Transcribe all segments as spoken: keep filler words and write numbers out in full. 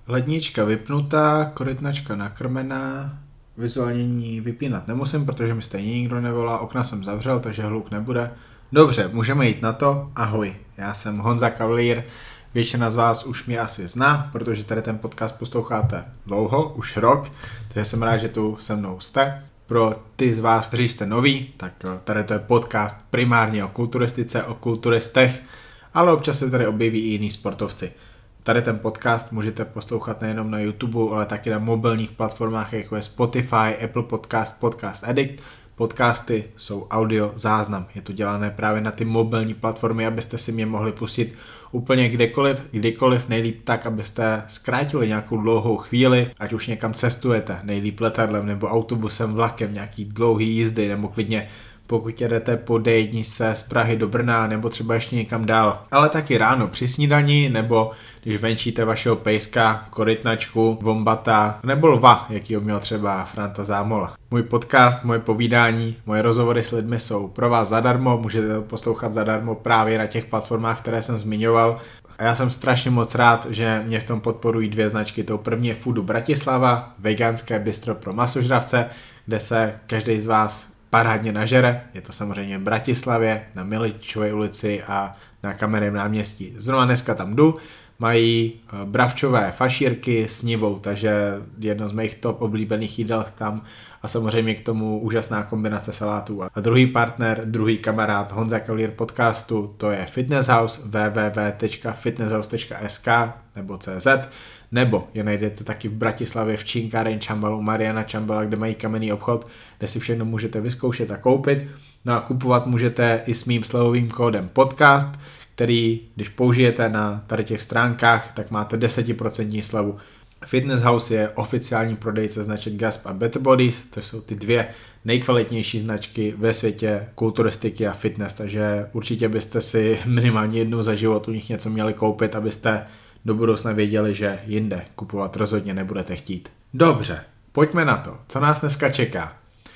Lednička vypnutá, korytnačka nakrmená, vyzvolnění vypínat nemusím, protože mi stejně nikdo nevolá, okna jsem zavřel, takže hluk nebude. Dobře, můžeme jít na to. Ahoj, já jsem Honza Cavalier, většina z vás už mě asi zná, protože tady ten podcast posloucháte dlouho, už rok, takže jsem rád, že tu se mnou jste. Pro ty z vás, kteří jste noví, tak tady to je podcast primárně o kulturistice, o kulturistech, ale občas se tady objeví i jiní sportovci. Tady ten podcast můžete poslouchat nejenom na YouTube, ale taky na mobilních platformách, jako je Spotify, Apple Podcast, Podcast Addict. Podcasty jsou audio záznam. Je to dělané právě na ty mobilní platformy, abyste si mě mohli pustit úplně kdekoliv, kdykoliv, nejlíp tak, abyste zkrátili nějakou dlouhou chvíli, ať už někam cestujete, nejlíp letadlem nebo autobusem, vlakem, nějaký dlouhý jízdy, nebo klidně pokud jedete po dé jedna z Prahy do Brna nebo třeba ještě někam dál. Ale taky ráno při snídani nebo když venčíte vašeho pejska, korytnačku, vombata nebo lva, jakýho měl třeba Franta Zámola. Můj podcast, moje povídání, moje rozhovory s lidmi jsou pro vás zadarmo, můžete to poslouchat zadarmo právě na těch platformách, které jsem zmiňoval. A já jsem strašně moc rád, že mě v tom podporují dvě značky. Tou první je Foodu Bratislava, veganské bistro pro masožravce, kde se každý z vás parádně nažere. Je to samozřejmě v Bratislavě, na Miličové ulici a na Kamenném náměstí. Zrovna dneska tam jdu, mají bravčové fašírky s nivou, takže jedno z mých top oblíbených jídel tam a samozřejmě k tomu úžasná kombinace salátů. A druhý partner, druhý kamarád Honza Cavalier podcastu, to je Fitness House, w w w tečka fitness house tečka s k nebo cz, nebo je najdete taky v Bratislavě v Činkáreň Čambalu Mariana Čambala, kde mají kamenný obchod, kde si všechno můžete vyzkoušet a koupit. No a kupovat můžete i s mým slevovým kódem podcast, který, když použijete na tady těch stránkách, tak máte deset procent slevu. Fitness House je oficiální prodejce značek Gasp a Better Bodies, to jsou ty dvě nejkvalitnější značky ve světě kulturistiky a fitness, takže určitě byste si minimálně jednou za život u nich něco měli koupit, abyste do budoucna věděli, že jinde kupovat rozhodně nebudete chtít. Dobře, pojďme na to, co nás dneska čeká.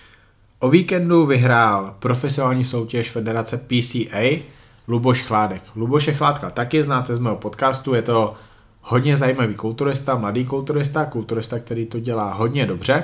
O víkendu vyhrál profesionální soutěž federace P C A Luboš Chládek. Luboše Chládka taky znáte z mého podcastu, je to hodně zajímavý kulturista, mladý kulturista, kulturista, který to dělá hodně dobře.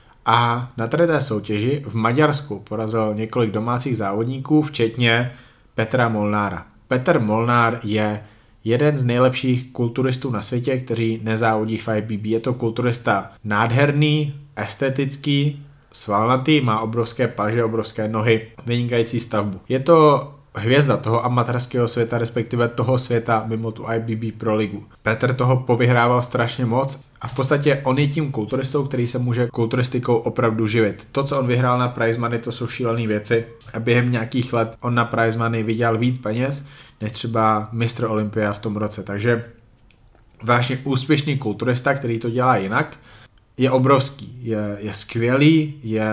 A na tady té soutěži v Maďarsku porazil několik domácích závodníků, včetně Petra Molnára. Petr Molnár je jeden z nejlepších kulturistů na světě, kteří nezávodí v I B B. Je to kulturista nádherný, estetický, svalnatý, má obrovské paže, obrovské nohy, vynikající stavbu. Je to hvězda toho amatérského světa, respektive toho světa mimo tu I B B Pro ligu. Petr toho povyhrával strašně moc a v podstatě on je tím kulturistou, který se může kulturistikou opravdu živit. To, co on vyhrál na prize money, to jsou šílené věci a během nějakých let on na prize money vydělal víc peněz, než třeba mistr Olympia v tom roce. Takže vážně úspěšný kulturista, který to dělá jinak, je obrovský, je, je skvělý, je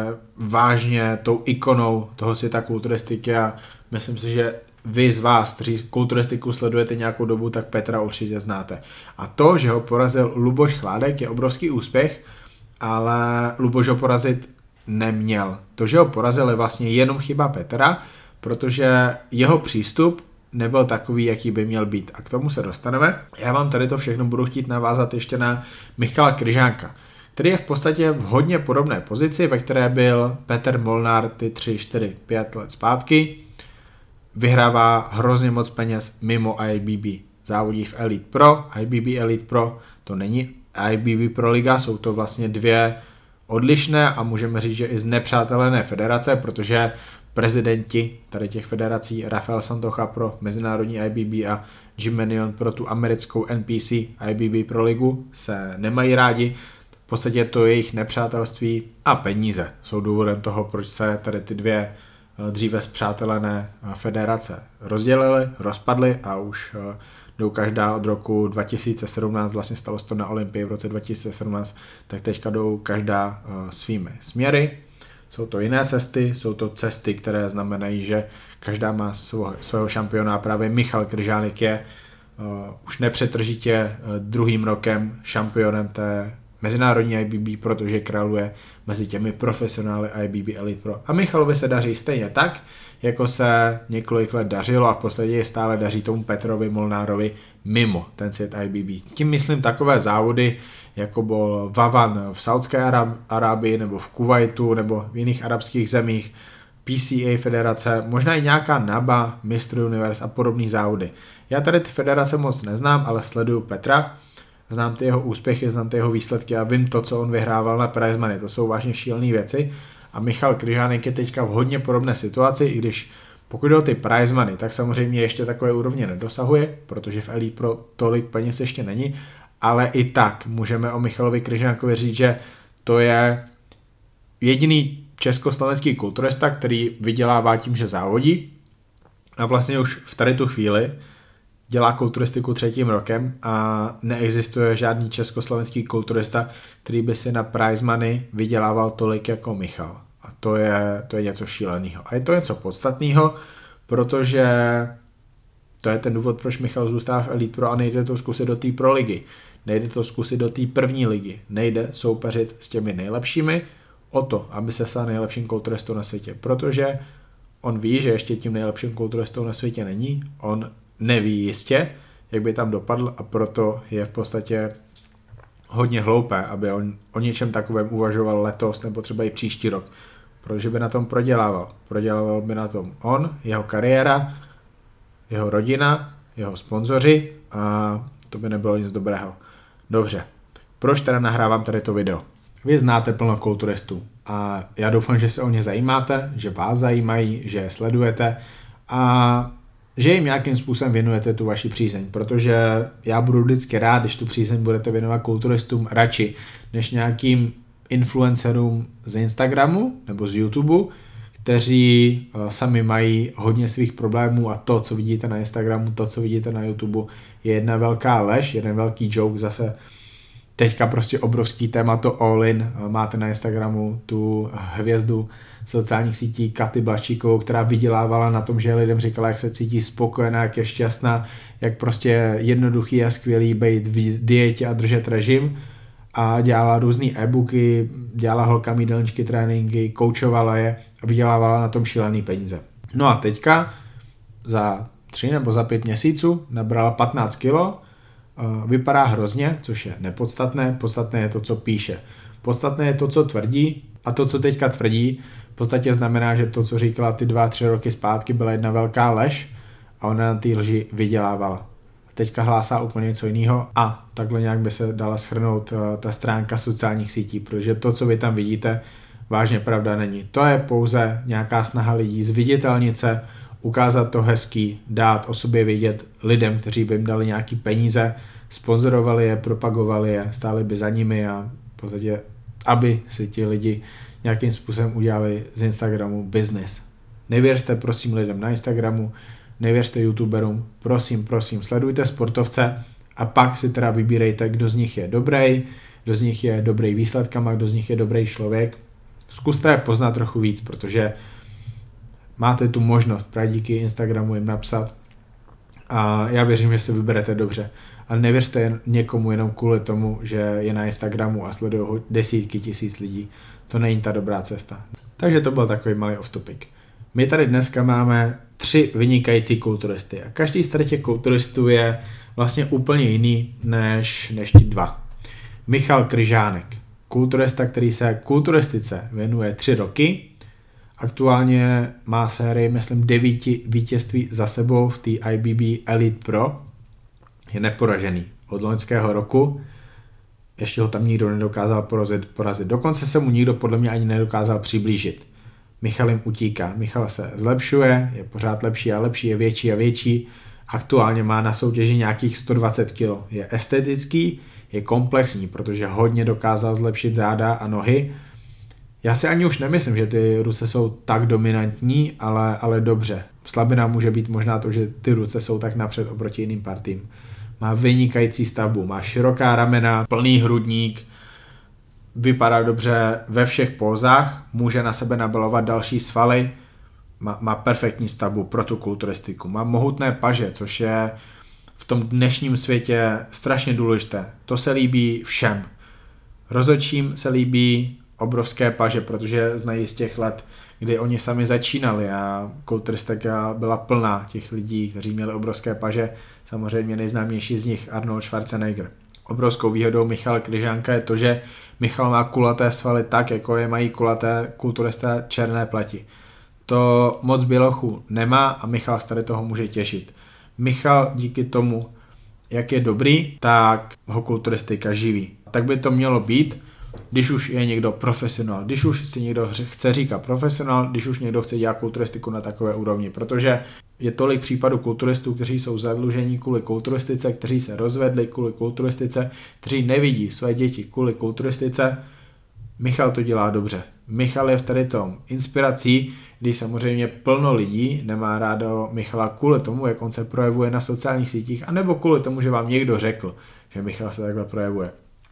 vážně tou ikonou toho světa kulturistiky a myslím si, že vy z vás, kteří kulturistiku sledujete nějakou dobu, tak Petra určitě znáte. A to, že ho porazil Luboš Chládek, je obrovský úspěch, ale Luboš ho porazit neměl. To, že ho porazil, je vlastně jenom chyba Petra, protože jeho přístup nebyl takový, jaký by měl být. A k tomu se dostaneme. Já vám tady to všechno budu chtít navázat ještě na Michala Kryžánka, který je v podstatě v hodně podobné pozici, ve které byl Petr Molnár ty tři, čtyři, pět let zpátky. Vyhrává hrozně moc peněz mimo I B B. Závodí v Elite Pro, I B B Elite Pro, to není I B B Pro liga, jsou to vlastně dvě odlišné a můžeme říct, že i znepřátelené federace, protože prezidenti tady těch federací, Rafael Santocha pro mezinárodní I B B a Jim Manion pro tu americkou N P C I B B Pro ligu, se nemají rádi. V podstatě to jejich nepřátelství a peníze jsou důvodem toho, proč se tady ty dvě dříve spřátelené federace rozdělily, rozpadly a už jdou každá od roku dva tisíce sedmnáct, vlastně stalo se to na Olympii v roce dva tisíce sedmnáct, tak teďka jdou každá svými směry. Jsou to jiné cesty, jsou to cesty, které znamenají, že každá má svého, svého šampiona. Právě Michal Kryžánek je uh, už nepřetržitě uh, druhým rokem šampionem té mezinárodní I B B, protože králuje mezi těmi profesionály I B B Elite Pro. A Michalovi se daří stejně tak, jako se několik let dařilo a v podstatě stále daří tomu Petrovi Molnárovi mimo ten svět I B B. Tím myslím takové závody, jako byl Vavan v Saudské Arábii nebo v Kuwaitu nebo v jiných arabských zemích, P C A federace, možná i nějaká NABA, Mister Universe a podobné závody. Já tady ty federace moc neznám, ale sleduju Petra, znám ty jeho úspěchy, znám ty jeho výsledky a vím to, co on vyhrával na prize money. To jsou vážně šílené věci. A Michal Kryžánek je teďka v hodně podobné situaci, i když pokud jde o ty prize money, tak samozřejmě ještě takové úrovně nedosahuje, protože v Elite Pro tolik peněz ještě není, ale i tak můžeme o Michalovi Kryžánkovi říct, že to je jediný československý kulturista, který vydělává tím, že závodí a vlastně už v tady tu chvíli dělá kulturistiku třetím rokem a neexistuje žádný československý kulturista, který by si na prize money vydělával tolik jako Michal. A to je, to je něco šíleného. A je to něco podstatného, protože to je ten důvod, proč Michal zůstává v Elite Pro a nejde to zkusit do té Pro ligy. Nejde to zkusit do té první ligy. Nejde soupeřit s těmi nejlepšími o to, aby se stal nejlepším kulturistou na světě. Protože on ví, že ještě tím nejlepším kulturistou na světě není. On neví jistě, jak by tam dopadl a proto je v podstatě hodně hloupé, aby on o něčem takovém uvažoval letos nebo třeba i příští rok. Protože by na tom prodělával. Prodělával by na tom on, jeho kariéra, jeho rodina, jeho sponzoři a to by nebylo nic dobrého. Dobře, proč teda nahrávám tady to video? Vy znáte plno kulturistů a já doufám, že se o ně zajímáte, že vás zajímají, že je sledujete a že jim nějakým způsobem věnujete tu vaši přízeň, protože já budu vždycky rád, když tu přízeň budete věnovat kulturistům radši, než nějakým influencerům z Instagramu nebo z YouTube, kteří sami mají hodně svých problémů a to, co vidíte na Instagramu, to, co vidíte na YouTube, je jedna velká lež, jeden velký joke, zase teďka prostě obrovský téma to all in, máte na Instagramu tu hvězdu sociálních sítí Katy Blaščíkovou, která vydělávala na tom, že lidem říkala, jak se cítí spokojená, jak je šťastná, jak prostě je jednoduchý a skvělý být v dietě a držet režim a dělala různý e-booky, dělala holkám jídelníčky, tréninky, koučovala je a vydělávala na tom šílený peníze. No a teďka za tři nebo za pět měsíců nabrala patnáct kilo, vypadá hrozně, což je nepodstatné, podstatné je to, co píše. Podstatné je to, co tvrdí a to, co teďka tvrdí, v podstatě znamená, že to, co říkala ty dva, tři roky zpátky, byla jedna velká lež a ona na té lži vydělávala. Teďka hlásá úplně něco jiného a takhle nějak by se dala shrnout ta stránka sociálních sítí, protože to, co vy tam vidíte, vážně pravda není. To je pouze nějaká snaha lidí zviditelnit se, ukázat to hezký, dát o sobě vědět lidem, kteří by jim dali nějaký peníze, sponzorovali je, propagovali je, stáli by za nimi a v podstatě, aby si ti lidi nějakým způsobem udělali z Instagramu business. Nevěřte prosím lidem na Instagramu, nevěřte youtuberům, prosím, prosím, sledujte sportovce a pak si teda vybírejte, kdo z nich je dobrý, kdo z nich je dobrý výsledkama, kdo z nich je dobrý člověk. Zkuste je poznat trochu víc, protože máte tu možnost právě díky Instagramu jim napsat a já věřím, že si vyberete dobře. Ale nevěřte jen někomu jenom kvůli tomu, že je na Instagramu a sledují ho desítky tisíc lidí. To není ta dobrá cesta. Takže to byl takový malý off topic. My tady dneska máme tři vynikající kulturisty a každý z těch kulturistů je vlastně úplně jiný než, než ti dva. Michal Kryžánek, kulturista, který se kulturistice věnuje tři roky, aktuálně má sérii, myslím, devíti vítězství za sebou v té I B B Elite Pro. Je neporažený od loňského roku. Ještě ho tam nikdo nedokázal porazit, porazit. Dokonce se mu nikdo podle mě ani nedokázal přiblížit. Michal jim utíká. Michal se zlepšuje, je pořád lepší a lepší, je větší a větší. Aktuálně má na soutěži nějakých sto dvacet kilo. Je estetický, je komplexní, protože hodně dokázal zlepšit záda a nohy. Já si ani už nemyslím, že ty ruce jsou tak dominantní, ale, ale dobře. Slabina může být možná to, že ty ruce jsou tak napřed oproti jiným partím. Má vynikající stavbu, má široká ramena, plný hrudník, vypadá dobře ve všech pózách, může na sebe nabalovat další svaly, má, má perfektní stavbu pro tu kulturistiku, má mohutné paže, což je v tom dnešním světě strašně důležité. To se líbí všem. Rozhodčím se líbí obrovské paže, protože znají z těch let, kdy oni sami začínali a kulturistika byla plná těch lidí, kteří měli obrovské paže. Samozřejmě nejznámější z nich Arnold Schwarzenegger. Obrovskou výhodou Michala Kryžánka je to, že Michal má kulaté svaly tak, jako je mají kulaté kulturisté černé pleti. To moc bělochů nemá a Michal z tady toho může těšit. Michal díky tomu, jak je dobrý, tak ho kulturistika živí. Tak by to mělo být, když už je někdo profesionál, když už si někdo chce říkat profesionál, když už někdo chce dělat kulturistiku na takové úrovni, protože je tolik případů kulturistů, kteří jsou zadlužení kvůli kulturistice, kteří se rozvedli kvůli kulturistice, kteří nevidí své děti kvůli kulturistice. Michal to dělá dobře. Michal je v tady tom inspirací, když samozřejmě plno lidí nemá rádo Michala kvůli tomu, jak on se projevuje na sociálních sítích, anebo kvůli tomu, že vám někdo řekl, že Michal se takhle projevuje.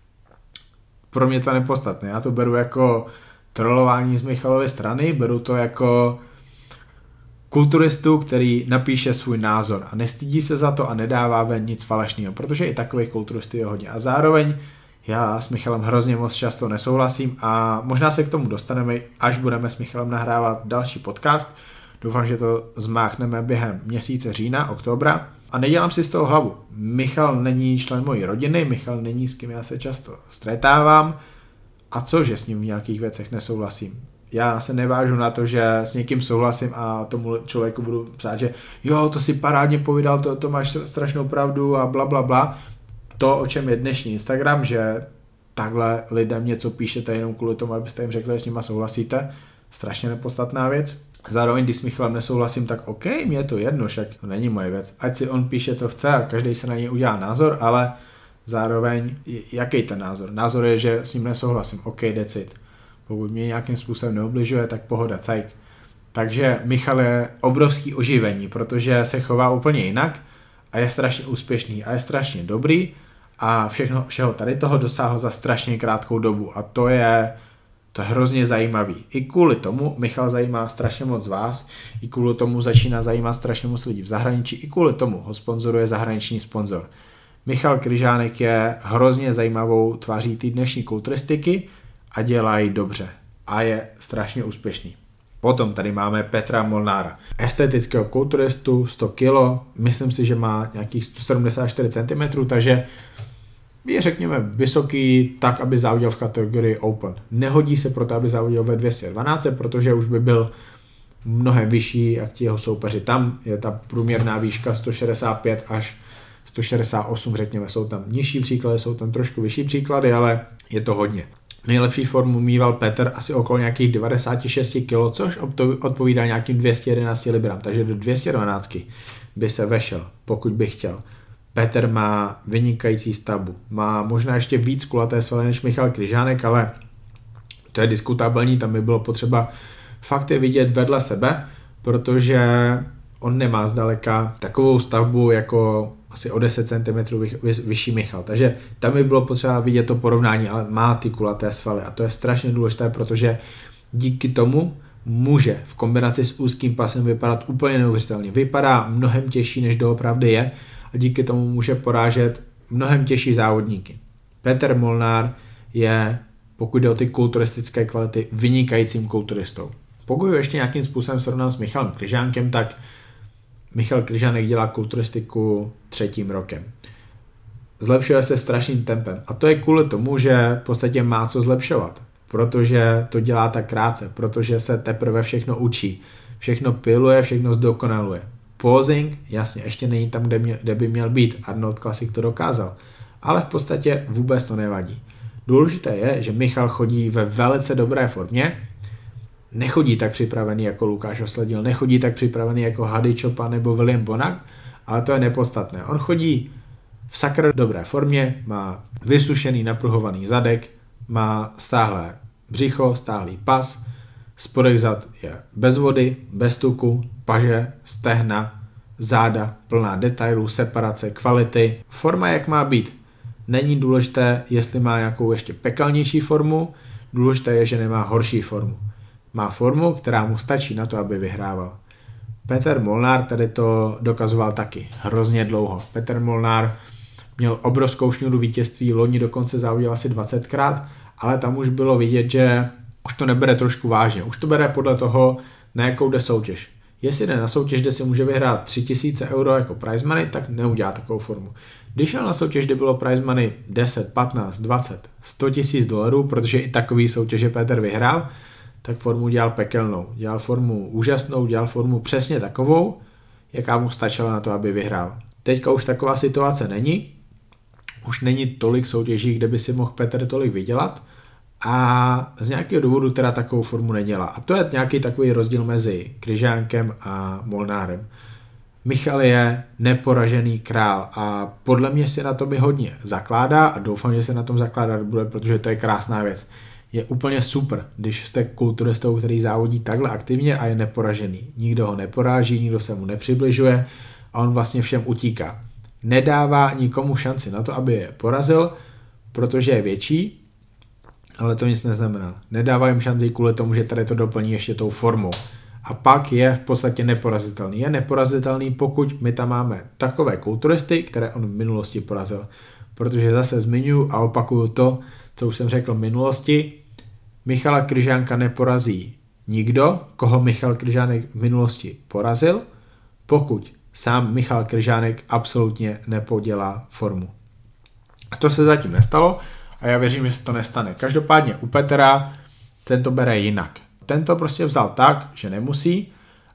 Pro mě to nepodstatné. Já to beru jako trolování z Michalovy strany, beru to jako kulturistu, který napíše svůj názor a nestydí se za to a nedává ven nic falešného, protože i takových kulturistů je hodně. A zároveň já s Michalem hrozně moc často nesouhlasím a možná se k tomu dostaneme, až budeme s Michalem nahrávat další podcast. Doufám, že to zmáchneme během měsíce října, oktobra. A nedělám si z toho hlavu. Michal není člen mojí rodiny, Michal není s kým já se často stretávám. A co, že s ním v nějakých věcech nesouhlasím? Já se nevážu na to, že s někým souhlasím a tomu člověku budu psát, že jo, to si parádně povídal, to, to máš strašnou pravdu a bla bla bla. To, o čem je dnešní Instagram, že takhle lidem něco píšete jenom kvůli tomu, abyste jim řekli, že s nima souhlasíte, strašně nepodstatná věc. Zároveň, když s Michalem nesouhlasím, tak OK, mě je to jedno, však to není moje věc. Ať si on píše, co chce a každý se na něj udělá názor, ale zároveň, jaký ten názor? Názor je, že s ním nesouhlasím, OK, decid. Pokud mě nějakým způsobem neobližuje, tak pohoda, cajk. Takže Michal je obrovský oživení, protože se chová úplně jinak a je strašně úspěšný a je strašně dobrý a všechno, všeho tady toho dosáhl za strašně krátkou dobu a to je To je hrozně zajímavý. I kvůli tomu Michal zajímá strašně moc z vás, i kvůli tomu začíná zajímat strašně moc lidí v zahraničí, i kvůli tomu ho sponzoruje zahraniční sponzor. Michal Kryžánek je hrozně zajímavou tváří té dnešní kulturistiky a dělá ji dobře. A je strašně úspěšný. Potom tady máme Petra Molnára. Estetického kulturistu, sto kilo, myslím si, že má nějakých sto sedmdesát čtyři centimetrů, takže je řekněme vysoký tak, aby závodil v kategorii Open. Nehodí se proto, aby závodil ve dvě stě dvanáct, protože už by byl mnohem vyšší jak ti jeho soupeři. Tam je ta průměrná výška sto šedesát pět až sto šedesát osm, řekněme. Jsou tam nižší příklady, jsou tam trošku vyšší příklady, ale je to hodně. Nejlepší formu mýval Petr asi okolo nějakých devadesát šest kilo, což odpovídá nějakým dvě stě jedenáct librám, takže do dvě stě dvanáct by se vešel, pokud by chtěl. Petr má vynikající stavbu, má možná ještě víc kulaté svaly než Michal Kryžánek, ale to je diskutabilní, tam by bylo potřeba fakt je vidět vedle sebe, protože on nemá zdaleka takovou stavbu jako asi o deset centimetrů vy, vy, vyšší Michal, takže tam by bylo potřeba vidět to porovnání, ale má ty kulaté svaly a to je strašně důležité, protože díky tomu může v kombinaci s úzkým pasem vypadat úplně neuvěřitelně. Vypadá mnohem těžší, než doopravdy je a díky tomu může porážet mnohem těžší závodníky. Petr Molnár je, pokud jde o ty kulturistické kvality, vynikajícím kulturistou. Pokud ho ještě nějakým způsobem srovnám s Michalem Kryžánkem, tak Michal Kryžánek dělá kulturistiku třetím rokem. Zlepšuje se strašným tempem a to je kvůli tomu, že v podstatě má co zlepšovat, protože to dělá tak krátce, protože se teprve všechno učí, všechno piluje, všechno zdokonaluje. Posing, jasně, ještě není tam, kde, mě, kde by měl být, Arnold Classic to dokázal, ale v podstatě vůbec to nevadí. Důležité je, že Michal chodí ve velice dobré formě, nechodí tak připravený jako Lukáš Osledil, nechodí tak připravený jako Hady Chopa nebo William Bonac, ale to je nepodstatné. On chodí v sakra dobré formě, má vysušený, napruhovaný zadek, má stáhlé břicho, stáhlý pas, spodek zad je bez vody, bez tuku, paže, stehna, záda, plná detailů, separace, kvality. Forma jak má být. Není důležité, jestli má nějakou ještě pekelnější formu, důležité je, že nemá horší formu. Má formu, která mu stačí na to, aby vyhrával. Petr Molnár tady to dokazoval taky hrozně dlouho. Petr Molnár měl obrovskou šňůru vítězství, loni dokonce závodil asi dvacetkrát ale tam už bylo vidět, že už to nebere trošku vážně, už to bere podle toho, na jakou jde soutěž. Jestli jde na soutěž, kde si může vyhrát tři tisíce euro jako prize money, tak neudělá takovou formu. Když šel na soutěž, kde bylo prize money deset, patnáct, dvacet, sto tisíc dolarů, protože i takový soutěže Petr vyhrál, tak formu dělal pekelnou. Dělal formu úžasnou, dělal formu přesně takovou, jaká mu stačila na to, aby vyhrál. Teďka už taková situace není, už není tolik soutěží, kde by si mohl Petr tolik vydělat a z nějakého důvodu teda takovou formu nedělá. A to je nějaký takový rozdíl mezi Kryžánkem a Molnárem. Michal je neporažený král a podle mě si na to by hodně zakládá a doufám, že se na tom zakládat bude, protože to je krásná věc. Je úplně super, když jste kulturistou, který závodí takhle aktivně a je neporažený. Nikdo ho neporáží, nikdo se mu nepřibližuje a on vlastně všem utíká. Nedává nikomu šanci na to, aby je porazil, protože je větší, ale to nic neznamená. Nedává jim šanci kvůli tomu, že tady to doplní ještě tou formou. A pak je v podstatě neporazitelný. Je neporazitelný, pokud my tam máme takové kulturisty, které on v minulosti porazil. Protože zase zmiňuji a opakuju to, co už jsem řekl v minulosti, Michala Kryžánka neporazí nikdo, koho Michal Kryžánek v minulosti porazil, pokud sám Michal Kryžánek absolutně nepodělá formu. A to se zatím nestalo a já věřím, že se to nestane. Každopádně u Petra ten to bere jinak. Ten to prostě vzal tak, že nemusí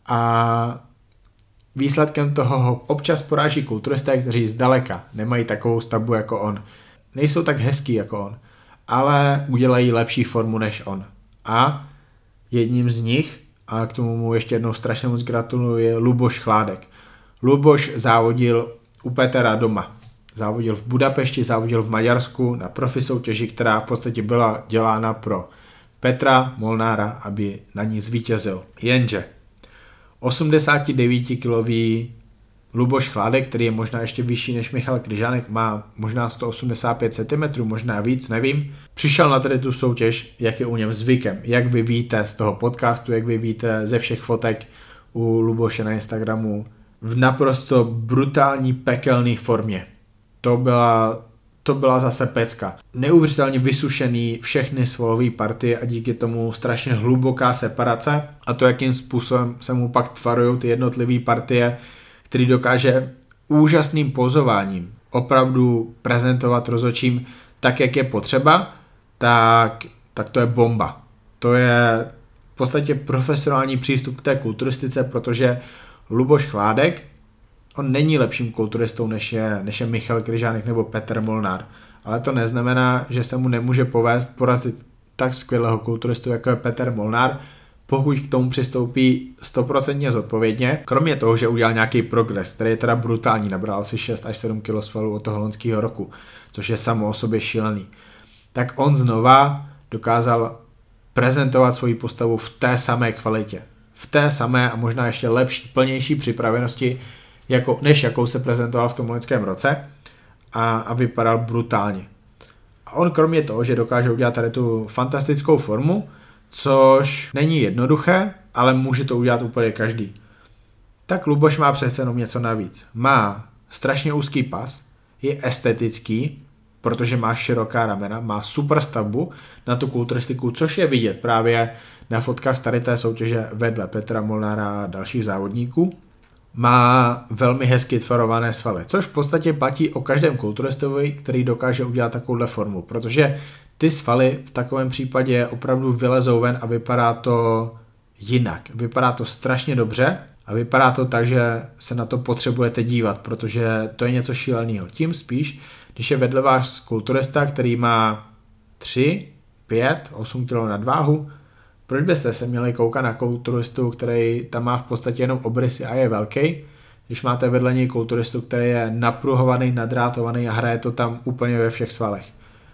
a výsledkem toho ho občas poráží kulturisté, kteří zdaleka nemají takovou stavbu jako on. Nejsou tak hezký jako on, ale udělají lepší formu než on. A jedním z nich, a k tomu mu ještě jednou strašně moc gratuluju, je Luboš Chládek. Luboš závodil u Petra doma. Závodil v Budapešti, závodil v Maďarsku na profi soutěži, která v podstatě byla dělána pro Petra Molnára, aby na ní zvítězil. Jenže osmdesátidevítkilový Luboš Chládek, který je možná ještě vyšší než Michal Kryžánek, má možná sto osmdesát pět centimetrů, možná víc, nevím. Přišel na tady tu soutěž, jak je u něm zvykem. Jak vy víte z toho podcastu, jak vy víte ze všech fotek u Luboše na Instagramu, v naprosto brutální pekelné formě. To byla, to byla zase pecka. Neuvěřitelně vysušený všechny svalové partie a díky tomu strašně hluboká separace a to, jakým způsobem se mu pak tvarují ty jednotlivé partie, který dokáže úžasným pozováním opravdu prezentovat rozhodčím tak, jak je potřeba, tak, tak to je bomba. To je v podstatě profesionální přístup k té kulturistice, protože Luboš Chládek, on není lepším kulturistou, než je, než je Michal Kryžánek nebo Petr Molnár, ale to neznamená, že se mu nemůže povést porazit tak skvělého kulturistu, jako je Petr Molnár, pokud k tomu přistoupí stoprocentně zodpovědně, kromě toho, že udělal nějaký progres, který je teda brutální, nabral si šest až sedm kilo svalů od toho loňského roku, což je samo o sobě šílený, tak on znova dokázal prezentovat svoji postavu v té samé kvalitě, v té samé a možná ještě lepší, plnější připravenosti, jako, než jakou se prezentoval v tom loňském roce a, a vypadal brutálně. A on kromě toho, že dokáže udělat tady tu fantastickou formu, což není jednoduché, ale může to udělat úplně každý. Tak Luboš má přece jenom něco navíc. Má strašně úzký pas, je estetický, protože má široká ramena, má super stavbu na tu kulturistiku, což je vidět právě na fotkách z tady té soutěže vedle Petra Molnára a dalších závodníků. Má velmi hezky tvarované svaly, což v podstatě platí o každém kulturistovi, který dokáže udělat takovouhle formu, protože ty svaly v takovém případě opravdu vylezou ven a vypadá to jinak. Vypadá to strašně dobře a vypadá to tak, že se na to potřebujete dívat, protože to je něco šíleného. Tím spíš, když je vedle vás kulturista, který má tři, pět, osm kilo nadváhu, proč byste se měli koukat na kulturistu, který tam má v podstatě jenom obrysy a je velký, když máte vedle něj kulturistu, který je napruhovaný, nadrátovaný a hraje to tam úplně ve všech svalech.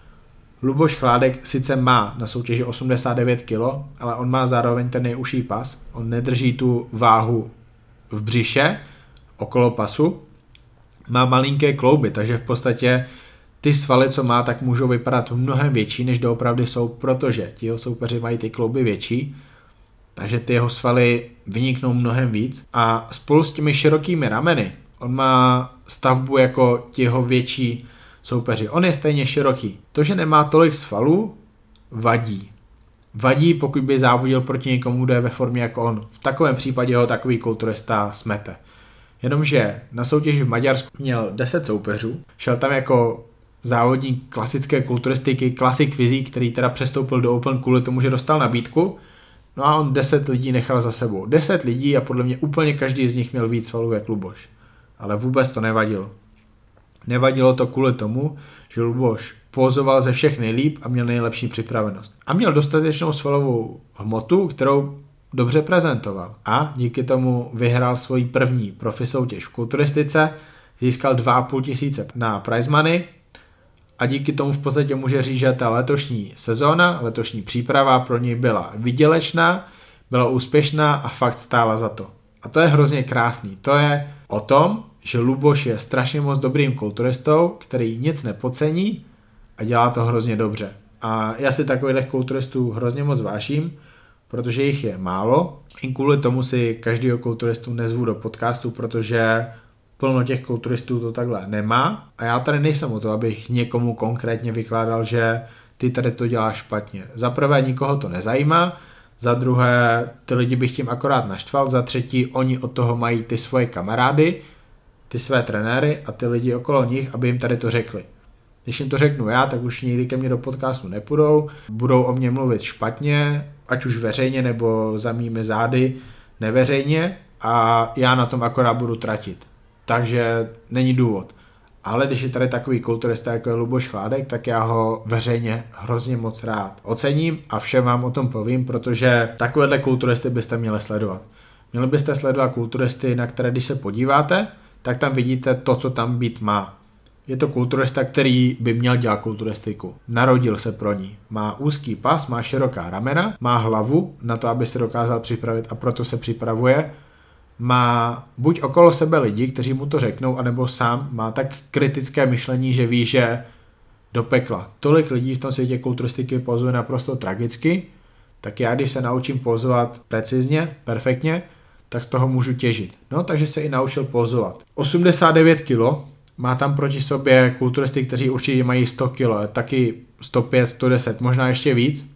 Luboš Chládek sice má na soutěži osmdesát devět kilo, ale on má zároveň ten nejužší pas, on nedrží tu váhu v břiše, okolo pasu, má malinké klouby, takže v podstatě ty svaly, co má, tak můžou vypadat mnohem větší, než doopravdy jsou, protože ti jeho soupeři mají ty klouby větší, takže ty jeho svaly vyniknou mnohem víc a spolu s těmi širokými rameny, on má stavbu jako ti jeho větší soupeři. On je stejně široký. To, že nemá tolik svalů, vadí. Vadí, pokud by závodil proti někomu, kdo je ve formě jako on. V takovém případě ho takový kulturista smete. Jenomže na soutěži v Maďarsku měl deset soupeřů, šel tam jako závodník klasické kulturistiky, klasik fyzik, který teda přestoupil do Open kvůli tomu, že dostal nabídku, no a on deset lidí nechal za sebou. deset lidí a podle mě úplně každý z nich měl víc svalů jak Luboš. Ale vůbec to nevadilo. Nevadilo to kvůli tomu, že Luboš pózoval ze všech nejlíp a měl nejlepší připravenost. A měl dostatečnou svalovou hmotu, kterou dobře prezentoval. A díky tomu vyhrál svoji první profi soutěž v kulturistice, získal dva a půl tisíce na prize money a díky tomu v podstatě může říct, že ta letošní sezóna, letošní příprava pro něj byla výdělečná, byla úspěšná a fakt stála za to. A to je hrozně krásný. To je o tom, že Luboš je strašně moc dobrým kulturistou, který nic nepodcení a dělá to hrozně dobře. A já si takových kulturistů hrozně moc vážím, protože jich je málo. I kvůli tomu si každého kulturistu nezvu do podcastu, protože plno těch kulturistů to takhle nemá. A já tady nejsem o to, abych někomu konkrétně vykládal, že ty tady to děláš špatně. Za prvé nikoho to nezajímá, za druhé ty lidi bych tím akorát naštval, za třetí oni od toho mají ty svoje kamarády, ty své trenéry a ty lidi okolo nich, aby jim tady to řekli. Když jim to řeknu já, tak už nikdy ke mně do podcastu nepůjdou, budou o mě mluvit špatně, ať už veřejně nebo za mými zády neveřejně a já na tom akorát budu tratit. Takže není důvod. Ale když je tady takový kulturista jako je Luboš Chládek, tak já ho veřejně hrozně moc rád ocením a všem vám o tom povím, protože takovéhle kulturisty byste měli sledovat. Měli byste sledovat kulturisty, na které když se podíváte, tak tam vidíte to, co tam být má. Je to kulturista, který by měl dělat kulturistiku. Narodil se pro ní. Má úzký pas, má široká ramena, má hlavu na to, aby se dokázal připravit a proto se připravuje. Má buď okolo sebe lidi, kteří mu to řeknou, anebo sám má tak kritické myšlení, že ví, že do pekla. Tolik lidí v tom světě kulturistiky pozuje naprosto tragicky, tak já, když se naučím pozovat precizně, perfektně, tak z toho můžu těžit. No, takže se i naučil pozovat. osmdesát devět kilo, má tam proti sobě kulturisty, kteří určitě mají sto kilo, taky sto pět, sto deset, možná ještě víc.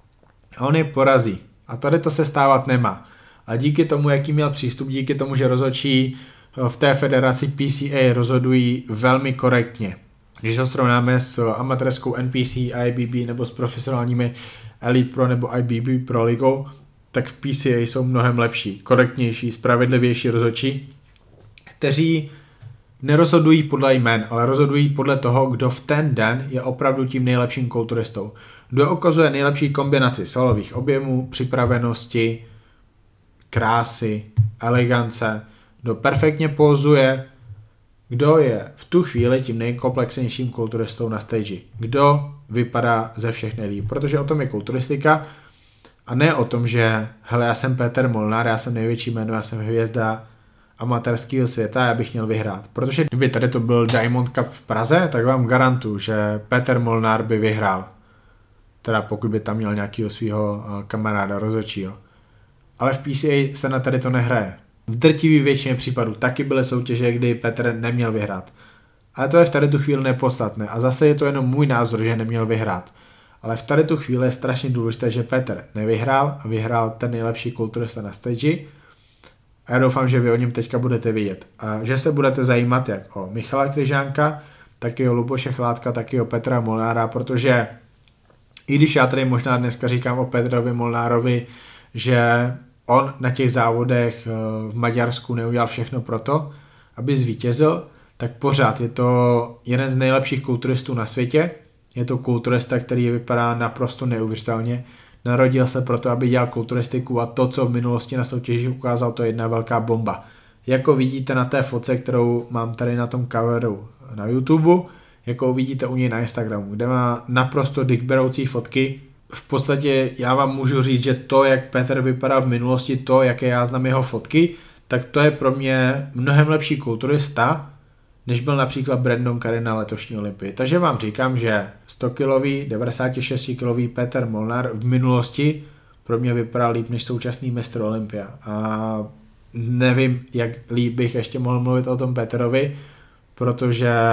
A on je porazí. A tady to se stávat nemá. A díky tomu, jaký měl přístup, díky tomu, že rozhodčí v té federaci P C A rozhodují velmi korektně. Když to srovnáme s amatérskou N P C, I B B nebo s profesionálními Elite Pro nebo I B B Pro ligou, tak v P C A jsou mnohem lepší, korektnější, spravedlivější rozhodčí, kteří nerozhodují podle jmen, ale rozhodují podle toho, kdo v ten den je opravdu tím nejlepším kulturistou. Kdo ukazuje nejlepší kombinaci svalových objemů, připravenosti, krásy, elegance, kdo perfektně pózuje, kdo je v tu chvíli tím nejkomplexnějším kulturistou na stage, kdo vypadá ze všech nejlíp, protože o tom je kulturistika a ne o tom, že hele, já jsem Petr Molnár, já jsem největší jméno, já jsem hvězda amatérského světa, já bych měl vyhrát. Protože kdyby tady to byl Diamond Cup v Praze, tak vám garantuju, že Petr Molnár by vyhrál. Teda pokud by tam měl nějakého svého kamaráda rozhodčího. Ale v P C A se na tady to nehraje. V drtivé většině případů taky byly soutěže, kdy Petr neměl vyhrát. Ale to je v tady tu chvíli nepodstatné. A zase je to jenom můj názor, že neměl vyhrát. Ale v tady tu chvíli je strašně důležité, že Petr nevyhrál a vyhrál ten nejlepší kulturista na stage. A já doufám, že vy o něm teďka budete vidět. A že se budete zajímat jak o Michala Kryžánka, tak i o Luboše Chládka, tak i o Petra Molnára, protože i když já tady možná dneska říkám o Petrovi Molnárovi, že on na těch závodech v Maďarsku neudělal všechno proto, aby zvítězil, tak pořád je to jeden z nejlepších kulturistů na světě. Je to kulturista, který vypadá naprosto neuvěřitelně. Narodil se proto, aby dělal kulturistiku a to, co v minulosti na soutěži ukázal, to je jedna velká bomba. Jako vidíte na té fotce, kterou mám tady na tom coveru na YouTube, jako vidíte u něj na Instagramu, kde má naprosto dickberoucí fotky. V podstatě já vám můžu říct, že to, jak Petr vypadal v minulosti, to, jaké já znám jeho fotky, tak to je pro mě mnohem lepší kulturista, než byl například Brandon Curry na letošní olympii. Takže vám říkám, že sto kilový, devadesát šest kilový Petr Molnár v minulosti pro mě vypadal líp než současný mistr Olympia. A nevím, jak líp bych ještě mohl mluvit o tom Petrovi, protože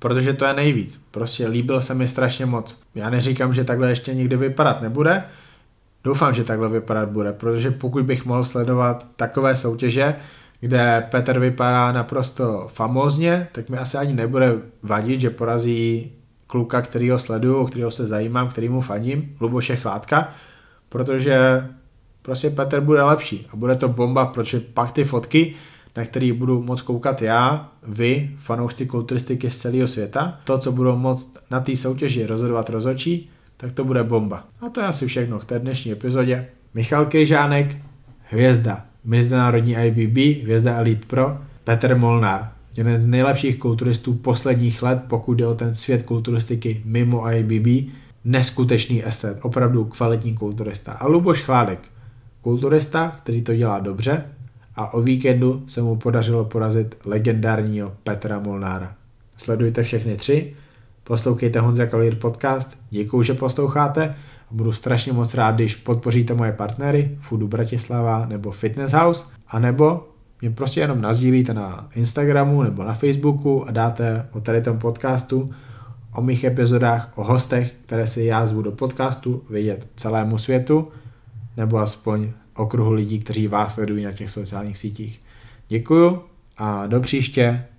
protože to je nejvíc. Prostě líbil se mi strašně moc. Já neříkám, že takhle ještě nikdy vypadat nebude, doufám, že takhle vypadat bude, protože pokud bych mohl sledovat takové soutěže, kde Petr vypadá naprosto famózně, tak mi asi ani nebude vadit, že porazí kluka, kterýho sleduju, o kterého se zajímám, kterýmu fandím, Luboše Chládka, protože prostě Petr bude lepší a bude to bomba, protože pak ty fotky, na který budu moc koukat já, vy, fanoušci kulturistiky z celého světa, to, co budou moc na té soutěži rozhodovat rozhodčí, tak to bude bomba. A to je asi všechno v té dnešní epizodě. Michal Kryžánek, hvězda, mezinárodní I B B, hvězda Elite Pro, Petr Molnár, jeden z nejlepších kulturistů posledních let, pokud jde o ten svět kulturistiky mimo I B B, neskutečný estet, opravdu kvalitní kulturista. A Luboš Chládek, kulturista, který to dělá dobře, a o víkendu se mu podařilo porazit legendárního Petra Molnára. Sledujte všechny tři, poslouchejte Honza Kalír podcast, děkuju, že posloucháte a budu strašně moc rád, když podpoříte moje partnery Foodu Bratislava nebo Fitness House, anebo mě prostě jenom nazdílíte na Instagramu nebo na Facebooku a dáte o tady tom podcastu, o mých epizodách, o hostech, které si já zvu do podcastu, vědět celému světu, nebo aspoň okruhu lidí, kteří vás sledují na těch sociálních sítích. Děkuju a do příště.